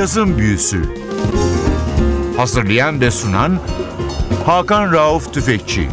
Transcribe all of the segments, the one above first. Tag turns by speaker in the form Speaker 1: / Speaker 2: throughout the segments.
Speaker 1: Cazın Büyüsü. Hazırlayan ve sunan Hakan Rauf Tüfekçi.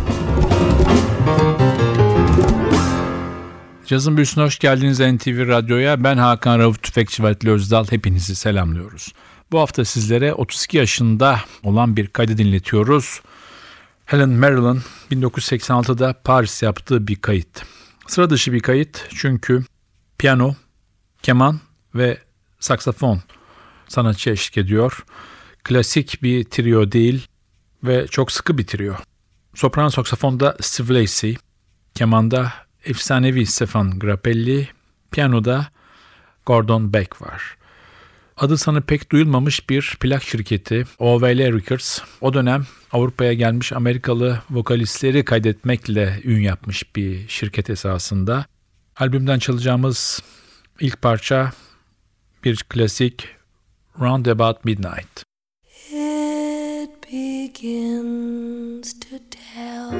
Speaker 2: Cazın Büyüsü'ne hoş geldiniz NTV Radyo'ya. Ben Hakan Rauf Tüfekçi ve Atli Özdal. Hepinizi selamlıyoruz. Bu hafta sizlere 32 yaşında olan bir kaydı dinletiyoruz. Helen Merrill'ın 1986'da Paris yaptığı bir kayıt. Sıra dışı bir kayıt çünkü piyano, keman ve saksafon sanatçı eşlik ediyor. Klasik bir trio değil ve çok sıkı bir trio. Sopran saksafonda Steve Lacy, kemanda efsanevi Stefan Grappelli, piyanoda Gordon Beck var. Adı sanı pek duyulmamış bir plak şirketi OVL Records, o dönem Avrupa'ya gelmiş Amerikalı vokalistleri kaydetmekle ün yapmış bir şirket esasında. Albümden çalacağımız ilk parça bir klasik, Round About Midnight.
Speaker 3: It begins to tell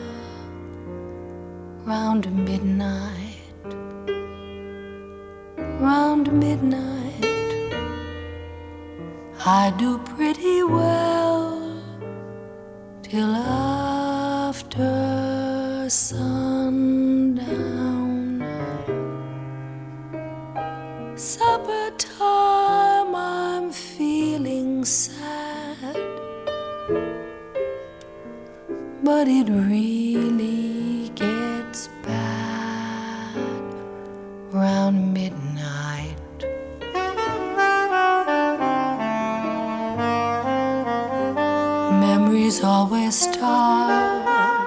Speaker 3: round midnight, round midnight I do pretty well till after sundown. Supper time I'm feeling sad, but it really gets bad round midnight. Memories always start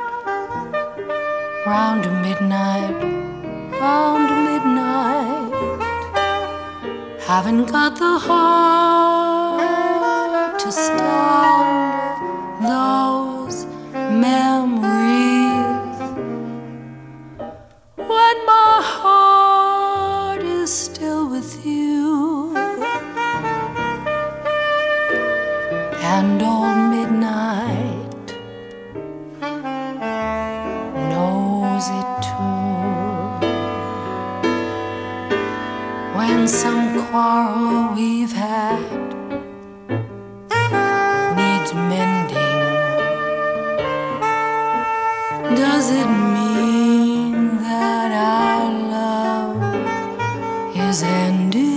Speaker 3: round midnight, round midnight. Haven't got the heart to stand those memories. When my heart is still with you, and old midnight knows it too. When some quarrel we've had needs mending, does it mean that our love is ending?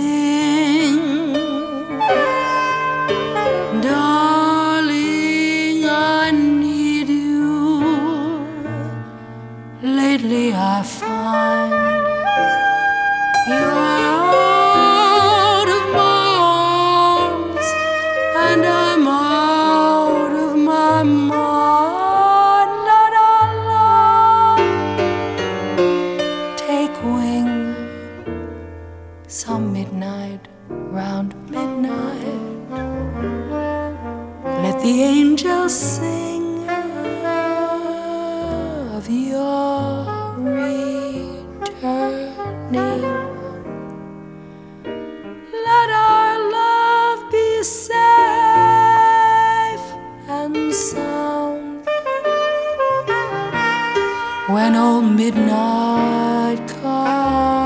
Speaker 3: Darling, I need you. Lately I find you're out of my arms and I'm out of my mind. Let our love take wing some midnight, round midnight. Let the angels sing of your returning. Let our love be safe and sound when old midnight comes.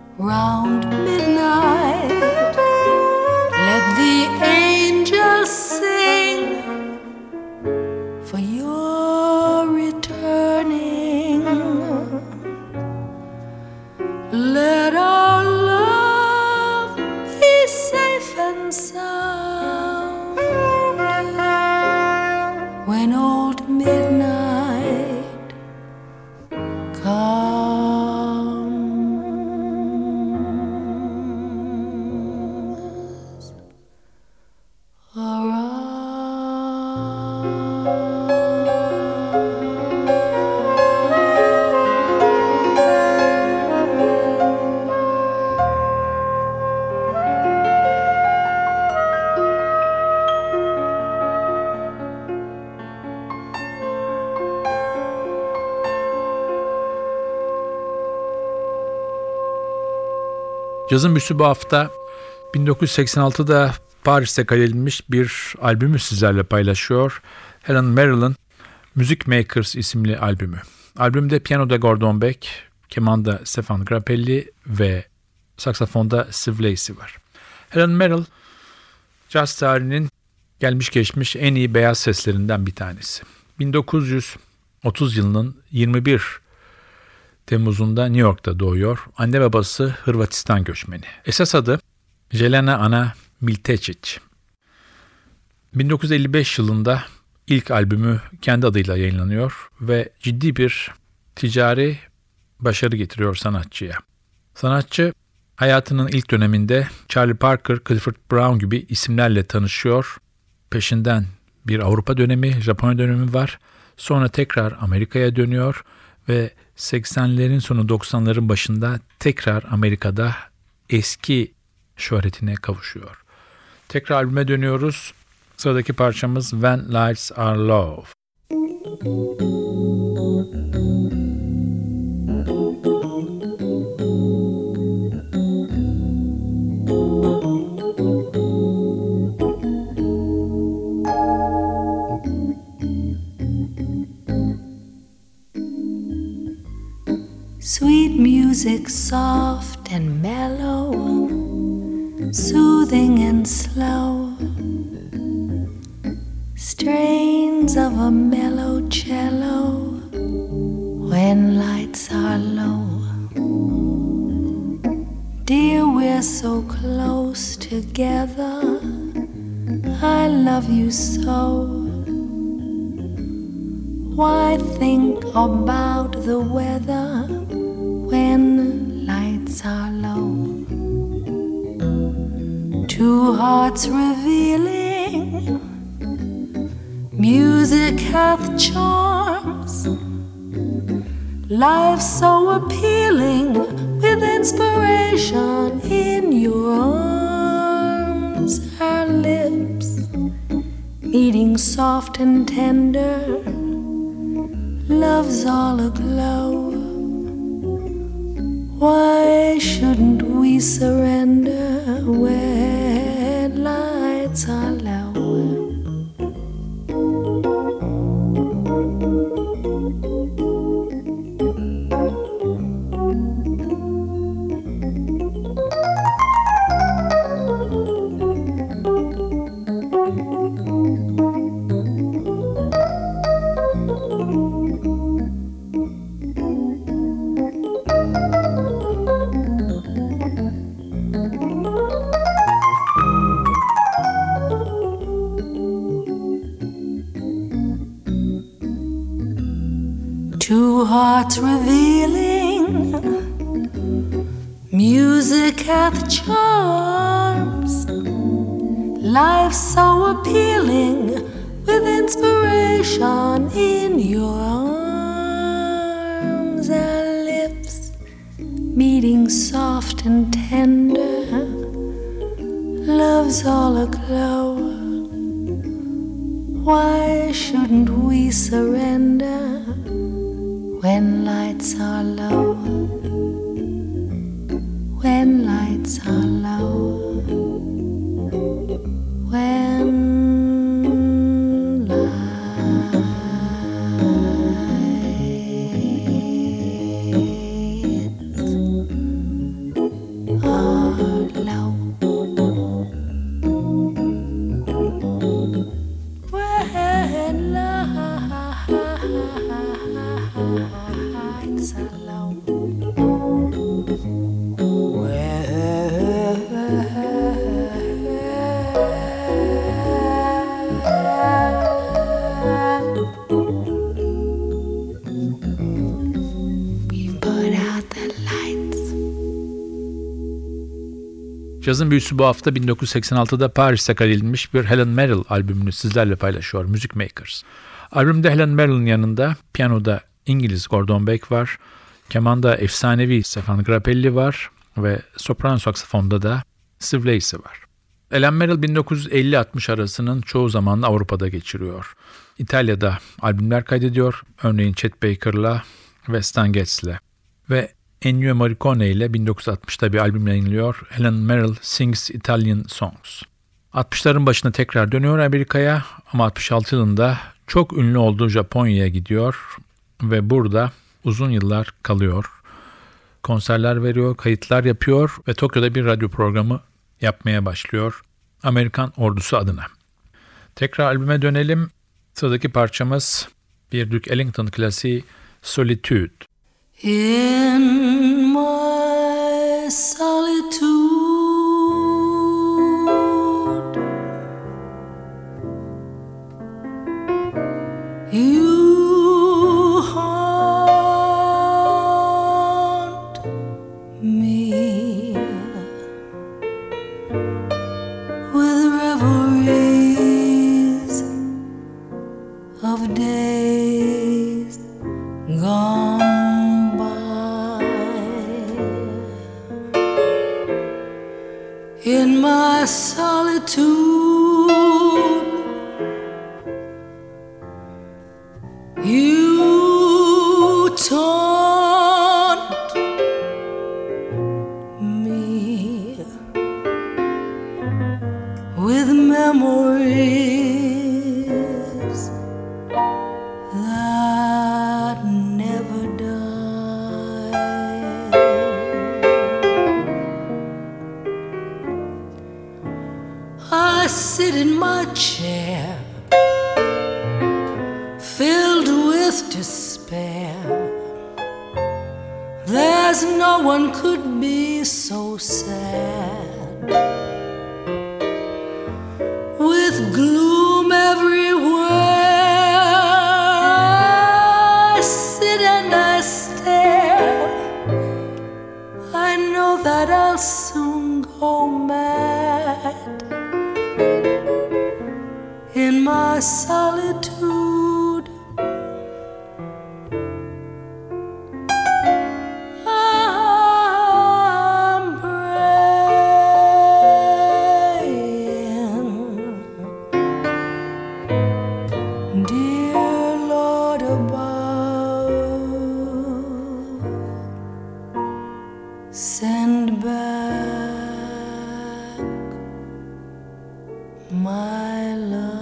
Speaker 3: round midnight. Let the angels sing for your returning. Let our love be safe and sound when old midnight comes around.
Speaker 2: Cazın Büyüsü bu hafta 1986'da Paris'te kaydedilmiş bir albümü sizlerle paylaşıyor. Helen Merrill'ın Music Makers isimli albümü. Albümde piyanoda Gordon Beck, kemanda Stefan Grappelli ve saksafonda Steve Lacy var. Helen Merrill, caz tarihinin gelmiş geçmiş en iyi beyaz seslerinden bir tanesi. 1930 yılının 21 Temmuz'unda New York'ta doğuyor. Anne babası Hırvatistan göçmeni. Esas adı Jelena Ana Miltečić. 1955 yılında ilk albümü kendi adıyla yayınlanıyor ve ciddi bir ticari başarı getiriyor sanatçıya. Sanatçı hayatının ilk döneminde Charlie Parker, Clifford Brown gibi isimlerle tanışıyor. Peşinden bir Avrupa dönemi, Japonya dönemi var. Sonra tekrar Amerika'ya dönüyor ve 80'lerin sonu 90'ların başında tekrar Amerika'da eski şöhretine kavuşuyor. Tekrar albüme dönüyoruz. Sıradaki parçamız When Lights Are Low.
Speaker 3: Sweet music, soft and mellow, soothing and slow, strains of a mellow cello when lights are low. Dear, we're so close together, I love you so. Why think about the weather when lights are low? Two hearts revealing, music hath charms, life so appealing, with inspiration in your arms. Our lips meeting soft and tender, love's all aglow. Why shouldn't we surrender when lights are low? Two hearts revealing, music hath charms, life so appealing, with inspiration in your arms. Our lips meeting soft and tender, love's all aglow. Why shouldn't we surrender when lights are low? When lights are low. When lights low. When lights are low.
Speaker 2: Cazın büyüsü bu hafta 1986'da Paris'te kaydedilmiş bir Helen Merrill albümünü sizlerle paylaşıyor Music Makers. Albümde Helen Merrill'in yanında piyanoda İngiliz Gordon Beck var, kemanda efsanevi Stefan Grappelli var ve soprano saksafonda da Steve Lacy var. Helen Merrill 1950-60 arasının çoğu zamanını Avrupa'da geçiriyor. İtalya'da albümler kaydediyor, örneğin Chet Baker'la ve Stan Getz'le ve Ennio Morricone ile 1960'ta bir albüm yayınlıyor. Helen Merrill Sings Italian Songs. 60'ların başına tekrar dönüyor Amerika'ya ama 66 yılında çok ünlü olduğu Japonya'ya gidiyor ve burada uzun yıllar kalıyor. Konserler veriyor, kayıtlar yapıyor ve Tokyo'da bir radyo programı yapmaya başlıyor Amerikan ordusu adına. Tekrar albüme dönelim. Sıradaki parçamız bir Duke Ellington klasiği Solitude.
Speaker 3: In my solitude, you haunt me with reveries of days gone. In my solitude, you taunt me with memories that never die. I sit in my chair, filled with despair. There's no one could be so sad. With gloom everywhere, I sit and I stare. I know that I'll soon go mad. In my solitude, I'm praying, dear Lord above, send back my love.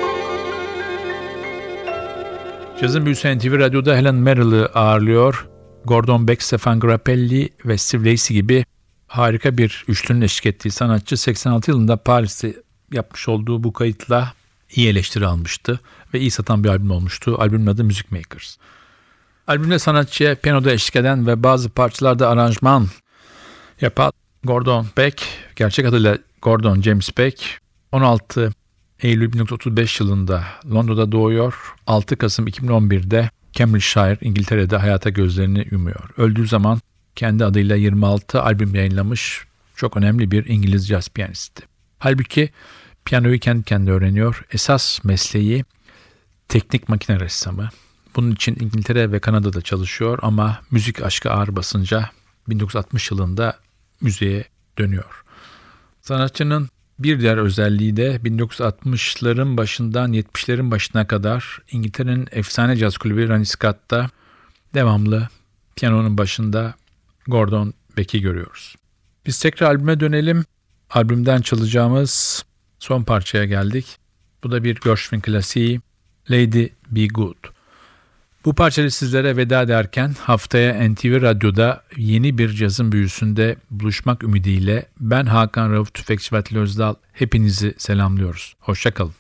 Speaker 2: Cazın büyüsü NTV Radyo'da Helen Merrill'ı ağırlıyor. Gordon Beck, Stefan Grappelli ve Steve Lacy gibi harika bir üçlünün eşlik ettiği sanatçı 86 yılında Paris'te yapmış olduğu bu kayıtla iyi eleştiri almıştı ve iyi satan bir albüm olmuştu. Albümün adı Music Makers. Albümde sanatçıya piyanoda eşlik eden ve bazı parçalarda aranjman yapan Gordon Beck, gerçek adıyla Gordon James Beck, 16 Eylül 1935 yılında Londra'da doğuyor. 6 Kasım 2011'de Cambridgeshire, İngiltere'de hayata gözlerini yumuyor. Öldüğü zaman kendi adıyla 26 albüm yayınlamış çok önemli bir İngiliz caz piyanisti. Halbuki piyanoyu kendi kendine öğreniyor. Esas mesleği teknik makine ressamı. Bunun için İngiltere ve Kanada'da çalışıyor ama müzik aşkı ağır basınca 1960 yılında müziğe dönüyor. Sanatçının bir diğer özelliği de 1960'ların başından 70'lerin başına kadar İngiltere'nin efsane caz kulübü Ronnie Scott'ta devamlı piyanonun başında Gordon Beck'i görüyoruz. Biz tekrar albüme dönelim. Albümden çalacağımız son parçaya geldik. Bu da bir Gershwin klasiği, Lady Be Good. Bu parçayı sizlere veda ederken haftaya NTV Radyo'da yeni bir cazın büyüsünde buluşmak ümidiyle ben Hakan Rauf Tüfekçi ve Atilla Özdal hepinizi selamlıyoruz. Hoşça kalın.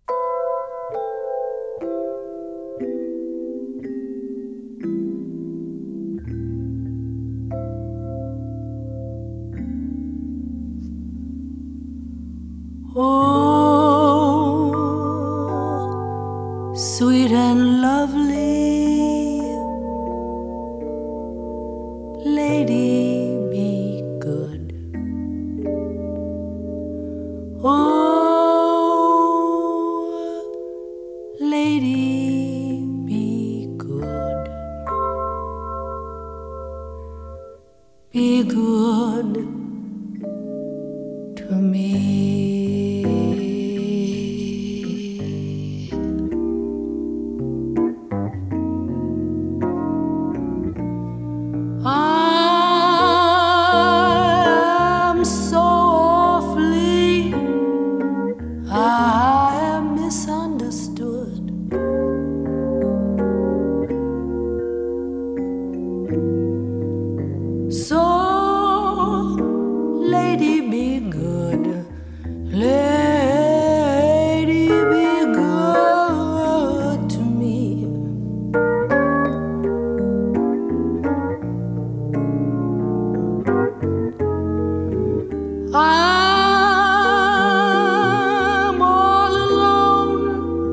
Speaker 3: Oh, sweet and lovely lady, be good. Oh, lady, be good. Be good to me. I'm so awfully, I am misunderstood. So, lady, be good. Lady, be good to me. I'm all alone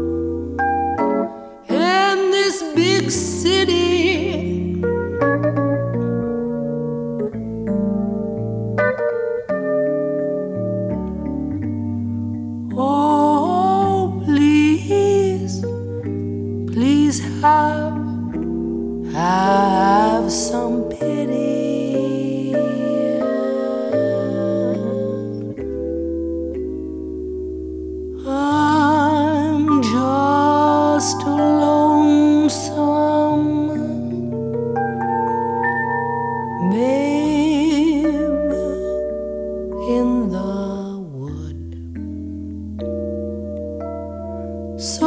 Speaker 3: in this big city. Oh, please, please have some pity. I'm just a lonesome babe in the wood. So,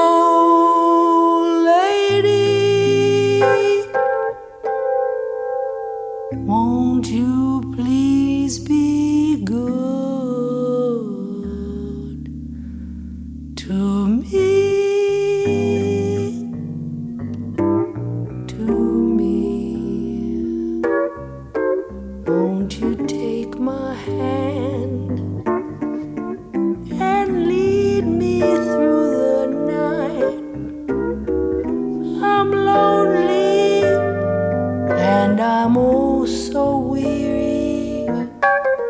Speaker 3: lady, won't you please be good to me? To me. Won't you take my hand and lead me through the night? I'm lonely and I'm oh so weary.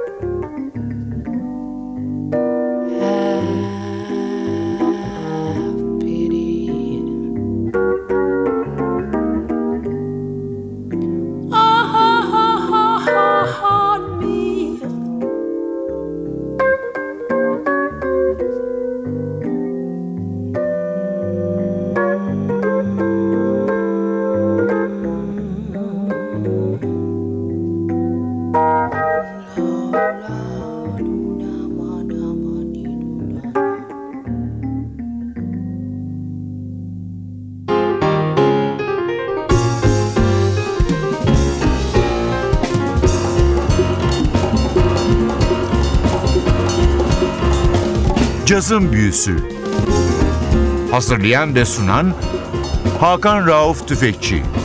Speaker 1: Cazın Büyüsü. Hazırlayan ve sunan Hakan Rauf Tüfekçi.